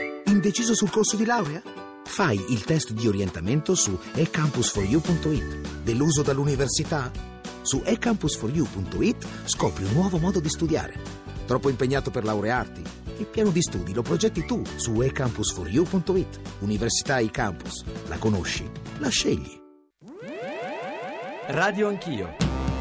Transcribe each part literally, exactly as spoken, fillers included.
Indeciso sul corso di laurea? Fai il test di orientamento su e campus for you punto it. Deluso dall'università? Su e campus for you punto it scopri un nuovo modo di studiare. Troppo impegnato per laurearti? Il piano di studi lo progetti tu su e campus for you punto it. Università eCampus. La conosci? La scegli. Radio Anch'io.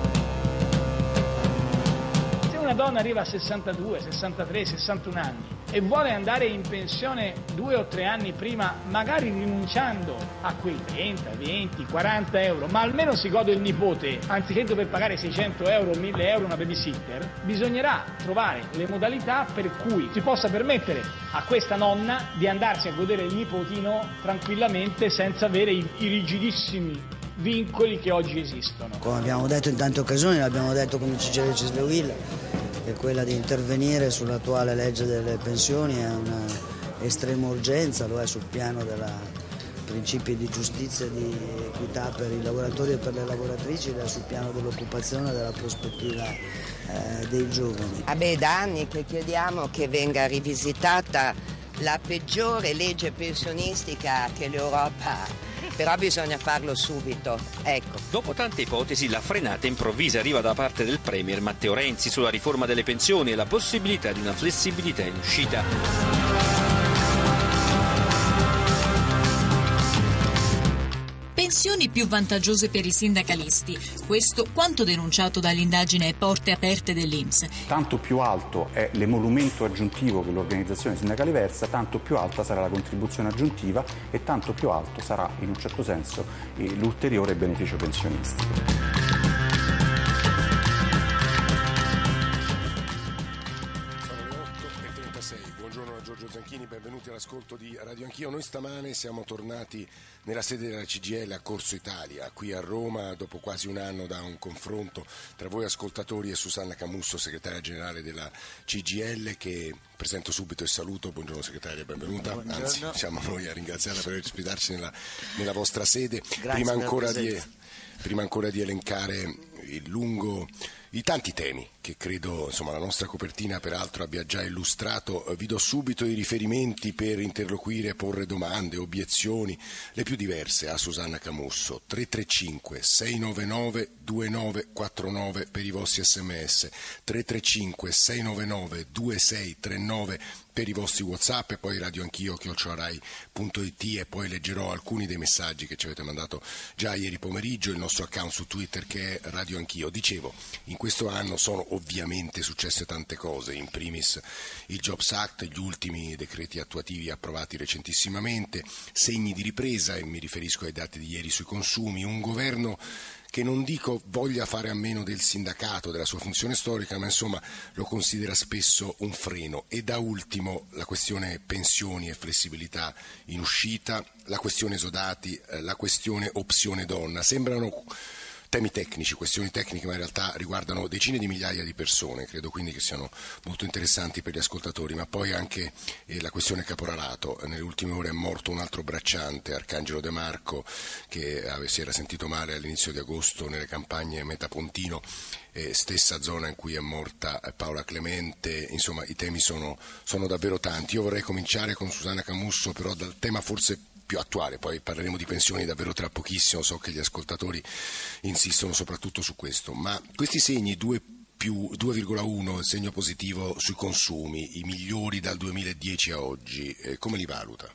Se una donna arriva a sessantadue, sessantatré, sessantuno anni e vuole andare in pensione due o tre anni prima, magari rinunciando a quei trenta, venti, quaranta euro, ma almeno si gode il nipote, anziché dover pagare seicento euro o mille euro una babysitter, bisognerà trovare le modalità per cui si possa permettere a questa nonna di andarsi a godere il nipotino tranquillamente senza avere i, i rigidissimi vincoli che oggi esistono. Come abbiamo detto in tante occasioni, l'abbiamo detto come C G I L Cisleuville, che quella di intervenire sull'attuale legge delle pensioni è una estrema urgenza, lo è sul piano dei principi di giustizia e di equità per i lavoratori e per le lavoratrici, lo è sul piano dell'occupazione e della prospettiva eh, dei giovani. Ah beh, da anni che chiediamo che venga rivisitata la peggiore legge pensionistica che l'Europa ha. Però bisogna farlo subito, ecco. Dopo tante ipotesi, la frenata improvvisa arriva da parte del Premier Matteo Renzi sulla riforma delle pensioni e la possibilità di una flessibilità in uscita. Pensioni più vantaggiose per i sindacalisti. Questo quanto denunciato dall'indagine Porte Aperte dell'I N P S. Tanto più alto è l'emolumento aggiuntivo che l'organizzazione sindacale versa, tanto più alta sarà la contribuzione aggiuntiva e tanto più alto sarà in un certo senso l'ulteriore beneficio pensionistico. Benvenuti all'ascolto di Radio Anch'io. Noi stamane siamo tornati nella sede della C G I L a Corso Italia, qui a Roma, dopo quasi un anno da un confronto tra voi ascoltatori e Susanna Camusso, segretaria generale della C G I L, che presento subito e saluto. Buongiorno segretaria, benvenuta. Buongiorno. Anzi, siamo noi a ringraziarla per ospitarci nella, nella vostra sede. Grazie prima ancora, per la di, prima ancora di elencare il lungo... i tanti temi che credo, insomma, la nostra copertina peraltro abbia già illustrato, vi do subito i riferimenti per interloquire, porre domande, obiezioni, le più diverse a Susanna Camusso. tre tre cinque sei nove nove due nove quattro nove per i vostri sms, tre tre cinque sei nove nove due sei tre nove per i vostri WhatsApp, e poi Radio Anch'io chiocciola rai punto it, e poi leggerò alcuni dei messaggi che ci avete mandato già ieri pomeriggio, il nostro account su Twitter che è Radio Anch'io. Dicevo, in questo anno sono ovviamente successe tante cose, in primis il Jobs Act, gli ultimi decreti attuativi approvati recentissimamente, segni di ripresa, e mi riferisco ai dati di ieri sui consumi, un governo che non dico voglia fare a meno del sindacato, della sua funzione storica, ma insomma lo considera spesso un freno. E da ultimo la questione pensioni e flessibilità in uscita, la questione esodati, la questione opzione donna. Sembrano temi tecnici, questioni tecniche, ma in realtà riguardano decine di migliaia di persone, credo quindi che siano molto interessanti per gli ascoltatori, ma poi anche eh, la questione caporalato. Nelle ultime ore è morto un altro bracciante, Arcangelo De Marco, che eh, si era sentito male all'inizio di agosto nelle campagne Metapontino, eh, stessa zona in cui è morta eh, Paola Clemente. Insomma, i temi sono, sono davvero tanti. Io vorrei cominciare con Susanna Camusso, però dal tema forse più attuale, poi parleremo di pensioni davvero tra pochissimo, so che gli ascoltatori insistono soprattutto su questo, ma questi segni due virgola uno, il segno positivo sui consumi, i migliori dal duemiladieci a oggi, eh, come li valuta?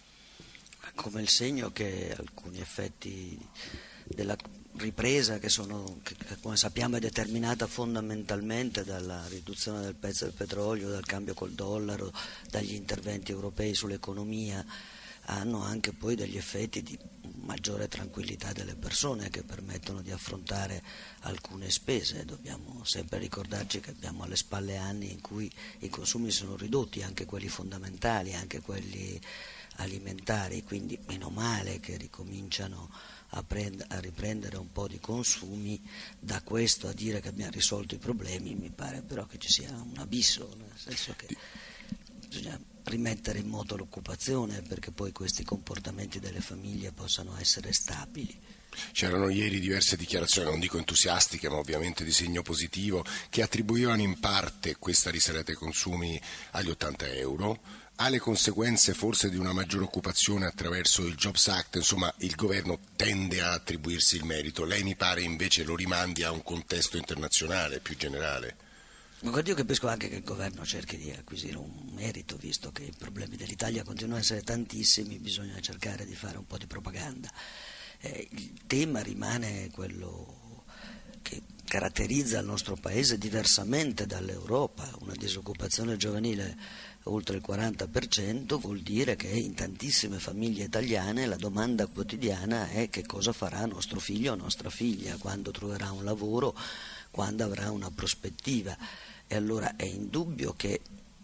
Come il segno che alcuni effetti della ripresa, che sono, che, che come sappiamo è determinata fondamentalmente dalla riduzione del prezzo del petrolio, dal cambio col dollaro, dagli interventi europei sull'economia, hanno anche poi degli effetti di maggiore tranquillità delle persone, che permettono di affrontare alcune spese. Dobbiamo sempre ricordarci che abbiamo alle spalle anni in cui i consumi sono ridotti, anche quelli fondamentali, anche quelli alimentari, quindi meno male che ricominciano a, prend- a riprendere un po' di consumi. Da questo a dire che abbiamo risolto i problemi mi pare però che ci sia un abisso, nel senso che bisogna rimettere in moto l'occupazione, perché poi questi comportamenti delle famiglie possano essere stabili. C'erano ieri diverse dichiarazioni, non dico entusiastiche, ma ovviamente di segno positivo, che attribuivano in parte questa risalita ai consumi agli ottanta euro, alle conseguenze forse di una maggiore occupazione attraverso il Jobs Act. Insomma, il governo tende a attribuirsi il merito. Lei mi pare invece lo rimandi a un contesto internazionale più generale. Ma guarda, io capisco anche che il governo cerchi di acquisire un merito, visto che i problemi dell'Italia continuano a essere tantissimi, bisogna cercare di fare un po' di propaganda. Eh, il tema rimane quello che caratterizza il nostro paese diversamente dall'Europa. Una disoccupazione giovanile oltre il quaranta per cento vuol dire che in tantissime famiglie italiane la domanda quotidiana è: che cosa farà nostro figlio o nostra figlia quando troverà un lavoro, quando avrà una prospettiva. E allora è indubbio che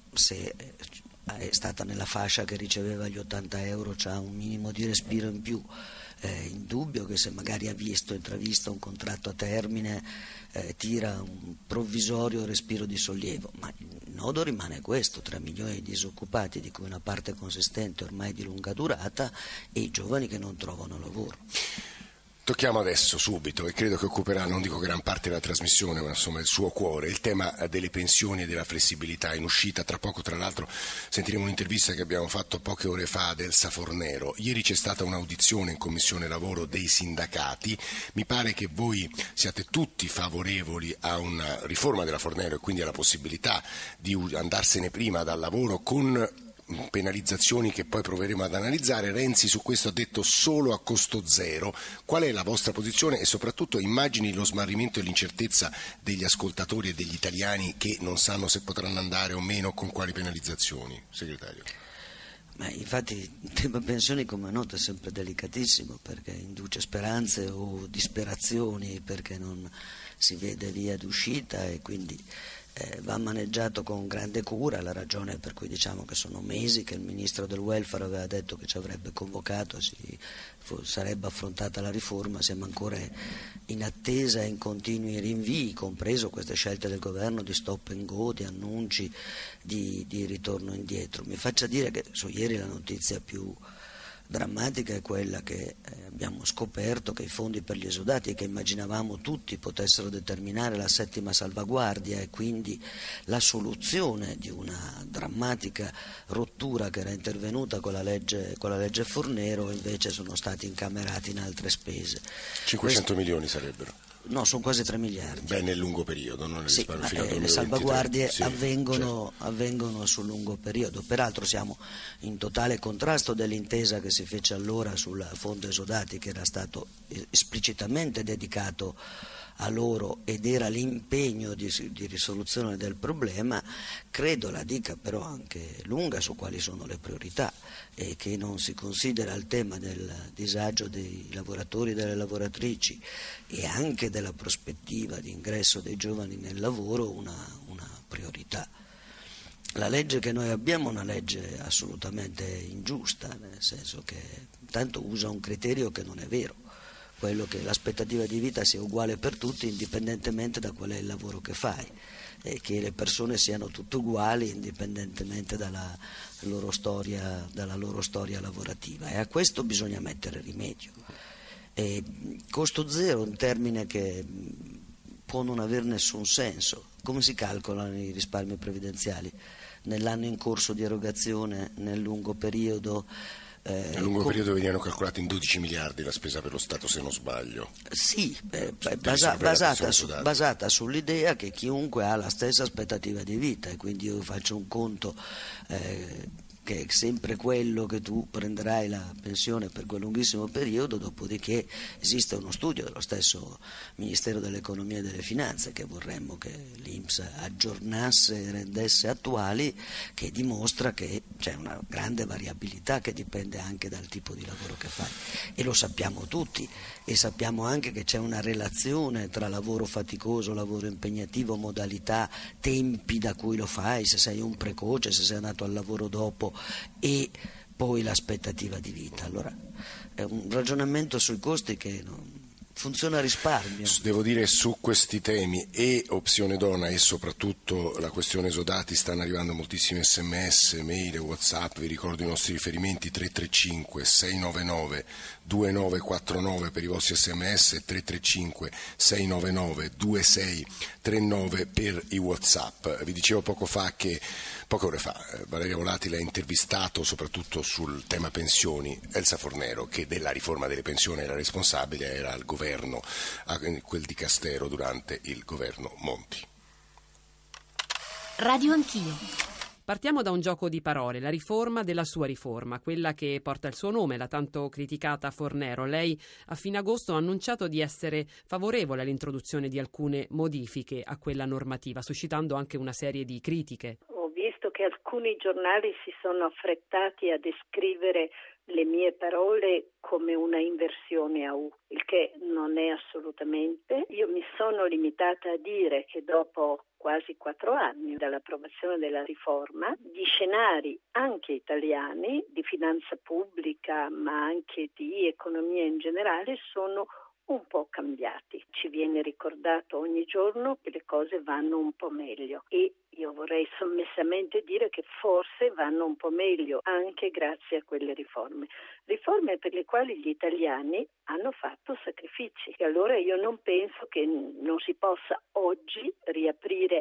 se è stata nella fascia che riceveva gli ottanta euro c'ha un minimo di respiro in più. È indubbio che se magari ha visto, intravisto un contratto a termine, eh, tira un provvisorio respiro di sollievo, ma il nodo rimane questo: tre milioni di disoccupati, di cui una parte consistente ormai di lunga durata, e i giovani che non trovano lavoro. Tocchiamo adesso, subito, e credo che occuperà, non dico gran parte della trasmissione, ma insomma il suo cuore, il tema delle pensioni e della flessibilità. In uscita tra poco, tra l'altro, sentiremo un'intervista che abbiamo fatto poche ore fa ad Elsa Fornero. Ieri c'è stata un'audizione in Commissione Lavoro dei sindacati. Mi pare che voi siate tutti favorevoli a una riforma della Fornero e quindi alla possibilità di andarsene prima dal lavoro con penalizzazioni che poi proveremo ad analizzare. Renzi su questo ha detto solo a costo zero. Qual è la vostra posizione? E soprattutto immagini lo smarrimento e l'incertezza degli ascoltatori e degli italiani che non sanno se potranno andare o meno, con quali penalizzazioni, segretario? Ma infatti il tema pensioni, come è noto, è sempre delicatissimo, perché induce speranze o disperazioni, perché non si vede via d'uscita, e quindi Eh, va maneggiato con grande cura. La ragione per cui diciamo che sono mesi che il ministro del welfare aveva detto che ci avrebbe convocato, si, fu, sarebbe affrontata la riforma. Siamo ancora in attesa e in continui rinvii, compreso queste scelte del governo di stop and go, di annunci di, di ritorno indietro. Mi faccia dire che su ieri la notizia più drammatica è quella che eh, abbiamo scoperto che i fondi per gli esodati, che immaginavamo tutti potessero determinare la settima salvaguardia e quindi la soluzione di una drammatica rottura che era intervenuta con la legge, con la legge Fornero, invece sono stati incamerati in altre spese. cinquecento Questo, milioni sarebbero? No, sono quasi tre miliardi. Beh, nel lungo periodo, non nel sì, risparmio fino al eh, le duemilaventitré. salvaguardie sì, avvengono, certo. avvengono sul lungo periodo. Peraltro siamo in totale contrasto dell'intesa che si fece allora sul fondo esodati, che era stato esplicitamente dedicato a loro ed era l'impegno di, di risoluzione del problema. Credo la dica però anche lunga su quali sono le priorità, e che non si considera il tema del disagio dei lavoratori e delle lavoratrici e anche della prospettiva di ingresso dei giovani nel lavoro una, una priorità. La legge che noi abbiamo è una legge assolutamente ingiusta, nel senso che intanto usa un criterio che non è vero, quello che l'aspettativa di vita sia uguale per tutti indipendentemente da qual è il lavoro che fai, e che le persone siano tutte uguali indipendentemente dalla loro storia, dalla loro storia lavorativa, e a questo bisogna mettere rimedio. E costo zero è un termine che può non aver nessun senso. Come si calcolano i risparmi previdenziali? Nell'anno in corso di erogazione, nel lungo periodo? Eh, Nel lungo com- periodo venivano calcolati in dodici miliardi la spesa per lo Stato, se non sbaglio. Sì, eh, basa- basata, su, basata sull'idea che chiunque ha la stessa aspettativa di vita, e quindi io faccio un conto eh, che è sempre quello che tu prenderai la pensione per quel lunghissimo periodo, dopodiché esiste uno studio dello stesso Ministero dell'Economia e delle Finanze, che vorremmo che l'I N P S aggiornasse e rendesse attuali, che dimostra che c'è una grande variabilità che dipende anche dal tipo di lavoro che fai, e lo sappiamo tutti, e sappiamo anche che c'è una relazione tra lavoro faticoso, lavoro impegnativo, modalità, tempi da cui lo fai, se sei un precoce, se sei andato al lavoro dopo, e poi l'aspettativa di vita. Allora è un ragionamento sui costi che non, funziona a risparmio. Devo dire, su questi temi e Opzione Donna e soprattutto la questione esodati stanno arrivando moltissimi sms, mail, whatsapp. Vi ricordo i nostri riferimenti: tre tre cinque sei nove nove due nove quattro nove per i vostri sms e tre tre cinque sei nove nove due sei tre nove per i whatsapp. Vi dicevo poco fa che poche ore fa Valeria Volati l'ha intervistato soprattutto sul tema pensioni. Elsa Fornero, che della riforma delle pensioni era responsabile, era al governo, a quel dicastero durante il governo Monti. Radio Anch'io. Partiamo da un gioco di parole, la riforma della sua riforma, quella che porta il suo nome, la tanto criticata Fornero. Lei a fine agosto ha annunciato di essere favorevole all'introduzione di alcune modifiche a quella normativa, suscitando anche una serie di critiche. Ho visto che alcuni giornali si sono affrettati a descrivere le mie parole come una inversione a U, il che non è assolutamente. Io mi sono limitata a dire che dopo quasi quattro anni dall'approvazione della riforma, gli scenari anche italiani di finanza pubblica ma anche di economia in generale sono un po' cambiati. Ci viene ricordato ogni giorno che le cose vanno un po' meglio e io vorrei sommessamente dire che forse vanno un po' meglio anche grazie a quelle riforme. Riforme per le quali gli italiani hanno fatto sacrifici. E allora io non penso che non si possa oggi riaprire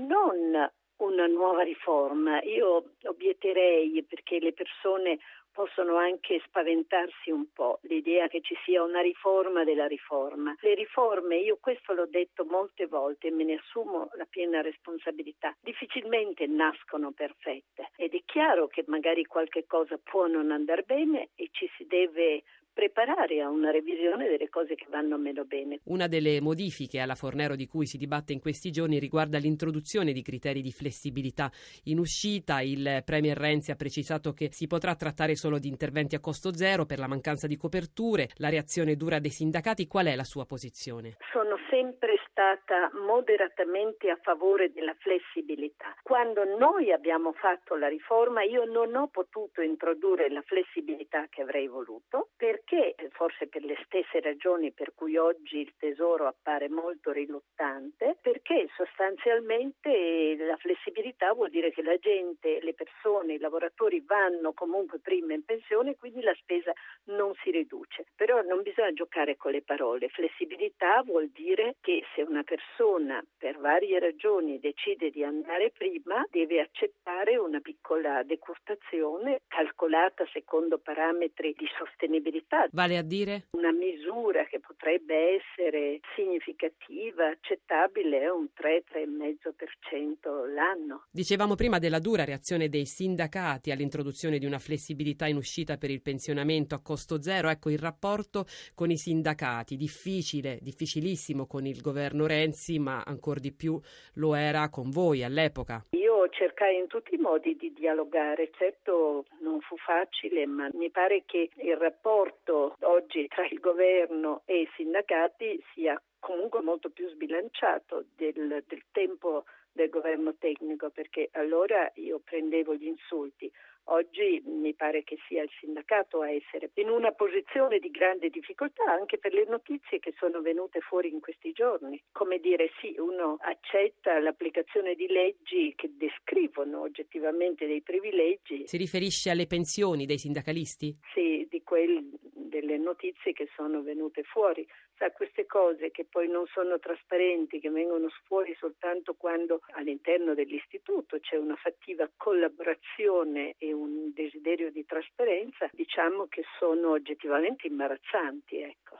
non una nuova riforma. Io obietterei, perché le persone possono anche spaventarsi un po', l'idea che ci sia una riforma della riforma. Le riforme, io questo l'ho detto molte volte e me ne assumo la piena responsabilità, difficilmente nascono perfette ed è chiaro che magari qualche cosa può non andare bene e ci si deve preparare a una revisione delle cose che vanno meno bene. Una delle modifiche alla Fornero di cui si dibatte in questi giorni riguarda l'introduzione di criteri di flessibilità in uscita. Il Premier Renzi ha precisato che si potrà trattare solo di interventi a costo zero per la mancanza di coperture. La reazione dura dei sindacati. Qual è la sua posizione? Sono sempre stata moderatamente a favore della flessibilità. Quando noi abbiamo fatto la riforma io non ho potuto introdurre la flessibilità che avrei voluto, perché forse per le stesse ragioni per cui oggi il Tesoro appare molto riluttante, perché sostanzialmente la flessibilità vuol dire che la gente, le persone, i lavoratori vanno comunque prima in pensione, quindi la spesa non si riduce. Però non bisogna giocare con le parole. Flessibilità vuol dire che se una persona per varie ragioni decide di andare prima, deve accettare una piccola decurtazione calcolata secondo parametri di sostenibilità. Vale a dire? Una misura che potrebbe essere significativa, accettabile, è un tre tre virgola cinque per cento l'anno. Dicevamo prima della dura reazione dei sindacati all'introduzione di una flessibilità in uscita per il pensionamento a costo zero. Ecco il rapporto con i sindacati, difficile, difficilissimo con il governo Renzi, ma ancor di più lo era con voi all'epoca. Io cercai in tutti i modi di dialogare, certo non fu facile, ma mi pare che il rapporto oggi tra il governo e i sindacati sia comunque molto più sbilanciato del, del tempo del governo tecnico, perché allora io prendevo gli insulti. Oggi mi pare che sia il sindacato a essere in una posizione di grande difficoltà anche per le notizie che sono venute fuori in questi giorni. Come dire, sì, uno accetta l'applicazione di leggi che descrivono oggettivamente dei privilegi. Si riferisce alle pensioni dei sindacalisti? Sì, di quel, delle notizie che sono venute fuori. Sa, queste cose che poi non sono trasparenti, che vengono fuori soltanto quando all'interno dell'istituto c'è una fattiva collaborazione e un desiderio di trasparenza, diciamo che sono oggettivamente imbarazzanti, ecco.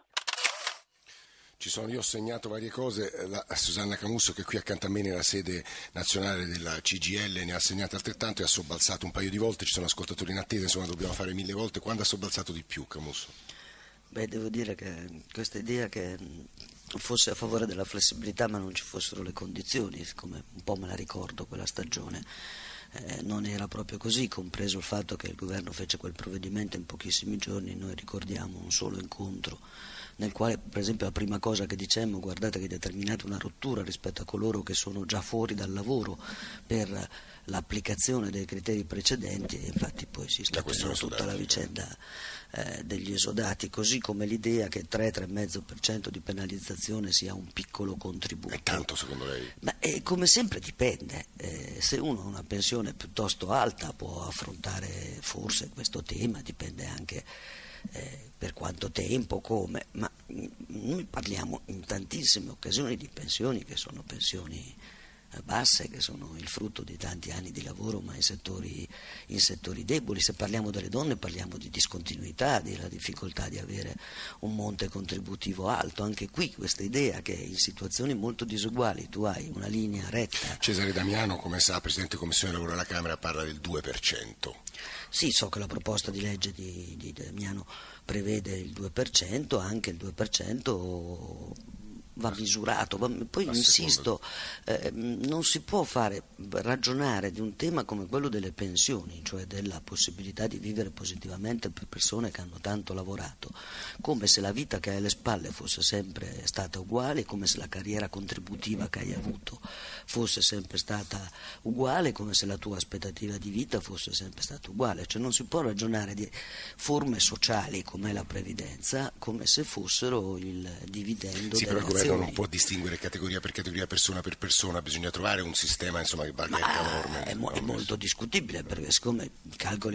Ci sono, io ho segnato varie cose, la Susanna Camusso che qui accanto a me nella sede nazionale della C G I L ne ha segnate altrettanto e ha sobbalzato un paio di volte, ci sono ascoltatori in attesa, insomma dobbiamo fare mille volte. Quando ha sobbalzato di più, Camusso? Beh, devo dire che questa idea che fosse a favore della flessibilità ma non ci fossero le condizioni, come un po' me la ricordo quella stagione, eh, non era proprio così, compreso il fatto che il governo fece quel provvedimento in pochissimi giorni. Noi ricordiamo un solo incontro nel quale per esempio la prima cosa che dicemmo, guardate che è determinata una rottura rispetto a coloro che sono già fuori dal lavoro per l'applicazione dei criteri precedenti, e infatti poi si sta tutta esodati, la vicenda eh, degli esodati, così come l'idea che tre tre virgola cinque per cento di penalizzazione sia un piccolo contributo. È tanto secondo lei? Ma eh, come sempre dipende, eh, se uno ha una pensione piuttosto alta può affrontare forse questo tema, dipende anche eh, per quanto tempo, come, ma mh, noi parliamo in tantissime occasioni di pensioni che sono pensioni basse, che sono il frutto di tanti anni di lavoro, ma in settori, in settori deboli. Se parliamo delle donne parliamo di discontinuità, della difficoltà di avere un monte contributivo alto. Anche qui questa idea che in situazioni molto disuguali tu hai una linea retta. Cesare Damiano, come sa, Presidente Commissione Lavoro alla Camera, parla del due per cento. Sì, so che la proposta di legge di, di Damiano prevede il due per cento, anche il due per cento va misurato, va, poi a insisto, eh, non si può fare ragionare di un tema come quello delle pensioni, cioè della possibilità di vivere positivamente per persone che hanno tanto lavorato, come se la vita che hai alle spalle fosse sempre stata uguale, come se la carriera contributiva che hai avuto fosse sempre stata uguale, come se la tua aspettativa di vita fosse sempre stata uguale. Cioè non si può ragionare di forme sociali come la previdenza come se fossero il dividendo sì, delle però il governo non può distinguere categoria per categoria, persona per persona, bisogna trovare un sistema insomma, che valga le norme. È, mo- è molto discutibile, perché siccome i calcoli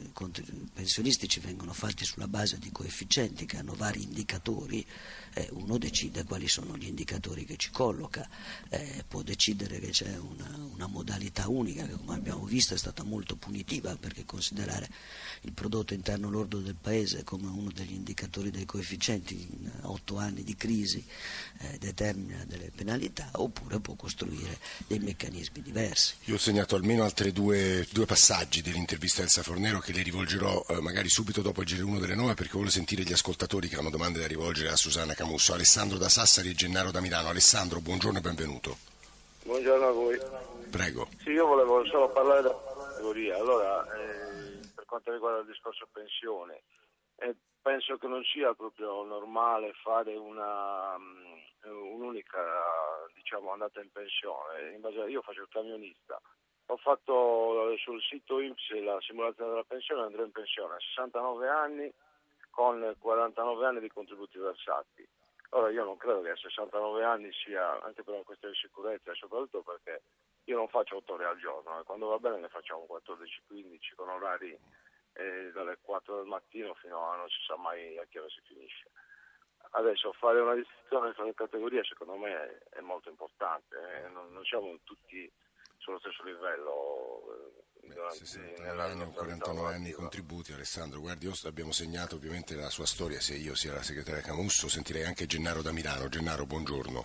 pensionistici vengono fatti sulla base di coefficienti che hanno vari indicatori, eh, uno decide quali sono gli indicatori che ci colloca, eh, può decidere che c'è una, una modalità unica che, come abbiamo visto, è stata molto punitiva, perché considerare il prodotto interno lordo del paese come uno degli indicatori dei coefficienti in otto anni di crisi eh, determina delle penalità, oppure può costruire dei meccanismi diversi. Io ho segnato almeno altri due, due passaggi dell'intervista del Safornero che le rivolgerò eh, magari subito dopo il G R uno delle nove, perché voglio sentire gli ascoltatori che hanno domande da rivolgere a Susanna Camusso. Alessandro da Sassari e Gennaro da Milano. Alessandro, buongiorno e benvenuto. Buongiorno a voi. Prego. Sì, io volevo solo parlare della categoria. Allora, eh, per quanto riguarda il discorso pensione, eh, penso che non sia proprio normale fare una um, un'unica, diciamo, andata in pensione. In base a, io faccio il camionista, ho fatto sul sito I N P S la simulazione della pensione, andrò in pensione a sessantanove anni con quarantanove anni di contributi versati. Ora io non credo che a sessantanove anni sia, anche per una questione di sicurezza e soprattutto perché io non faccio otto ore al giorno, e quando va bene ne facciamo quattordici quindici con orari eh, dalle quattro del mattino fino a non si sa mai a che ora si finisce. Adesso fare una distinzione tra le categorie secondo me è, è molto importante, eh, non, non siamo tutti sullo stesso livello. sessanta anni o quarantanove anni di contributi. Alessandro, guardi, io abbiamo segnato ovviamente la sua storia, sia io sia la segretaria Camusso. Sentirei anche Gennaro da Milano. Gennaro, buongiorno.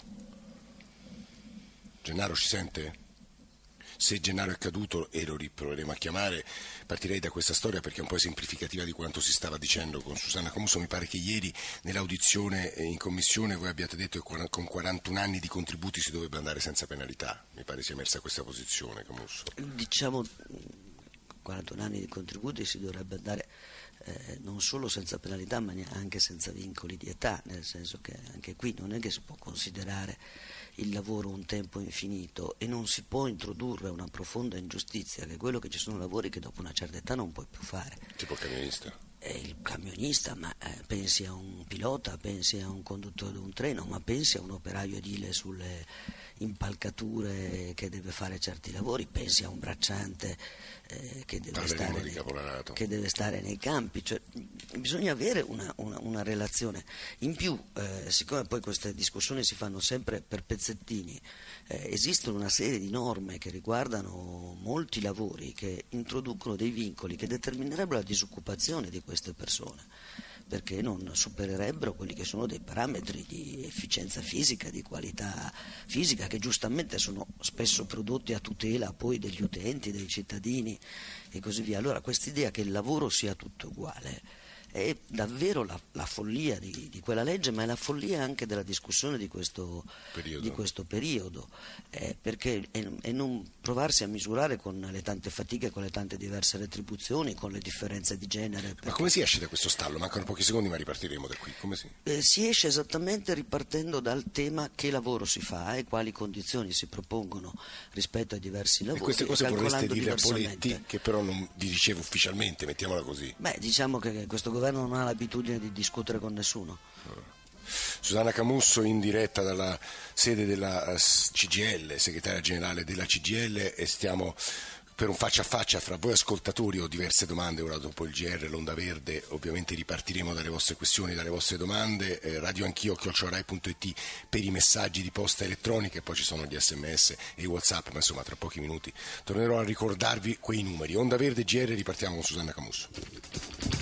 Gennaro, ci sente? Se Gennaro è caduto e lo riproveremo a chiamare, partirei da questa storia perché è un po' esemplificativa di quanto si stava dicendo con Susanna Camusso. Mi pare che ieri nell'audizione in commissione voi abbiate detto che con quarantuno anni di contributi si dovrebbe andare senza penalità. Mi pare sia emersa questa posizione, Camusso. Diciamo, quarantuno anni di contributi si dovrebbe andare eh, non solo senza penalità ma anche senza vincoli di età, nel senso che anche qui non è che si può considerare il lavoro un tempo infinito e non si può introdurre una profonda ingiustizia, che è quello che ci sono lavori che dopo una certa età non puoi più fare. Tipo camionista? Eh, il camionista, ma eh, pensi a un pilota, pensi a un conduttore di un treno, ma pensi a un operaio edile sulle impalcature che deve fare certi lavori, pensi a un bracciante eh, che, deve stare nei, che deve stare nei campi. Cioè, bisogna avere una, una, una relazione. In più, eh, siccome poi queste discussioni si fanno sempre per pezzettini, eh, esistono una serie di norme che riguardano molti lavori che introducono dei vincoli che determinerebbero la disoccupazione di queste persone, perché non supererebbero quelli che sono dei parametri di efficienza fisica, di qualità fisica, che giustamente sono spesso prodotti a tutela poi degli utenti, dei cittadini e così via. Allora quest'idea che il lavoro sia tutto uguale è davvero la, la follia di, di quella legge, ma è la follia anche della discussione di questo periodo, di questo periodo eh, perché è, è non provarsi a misurare con le tante fatiche, con le tante diverse retribuzioni, con le differenze di genere. Perché... Ma come si esce da questo stallo? Mancano pochi secondi, ma ripartiremo da qui. Come si... Eh, si esce esattamente ripartendo dal tema che lavoro si fa e quali condizioni si propongono rispetto ai diversi lavori. E queste cose vorreste dire a Poletti, che però non vi dicevo ufficialmente, mettiamola così. Beh, diciamo che questo governo non ha l'abitudine di discutere con nessuno. Susanna Camusso in diretta dalla sede della C G I L, segretaria generale della C G I L, e stiamo per un faccia a faccia fra voi ascoltatori. Ho diverse domande ora dopo il G R, l'Onda Verde, ovviamente ripartiremo dalle vostre questioni, dalle vostre domande. eh, radio anch'io chiocciola rai punto it per i messaggi di posta elettronica, e poi ci sono gli sms e i WhatsApp, ma insomma tra pochi minuti tornerò a ricordarvi quei numeri. Onda Verde G R, ripartiamo con Susanna Camusso.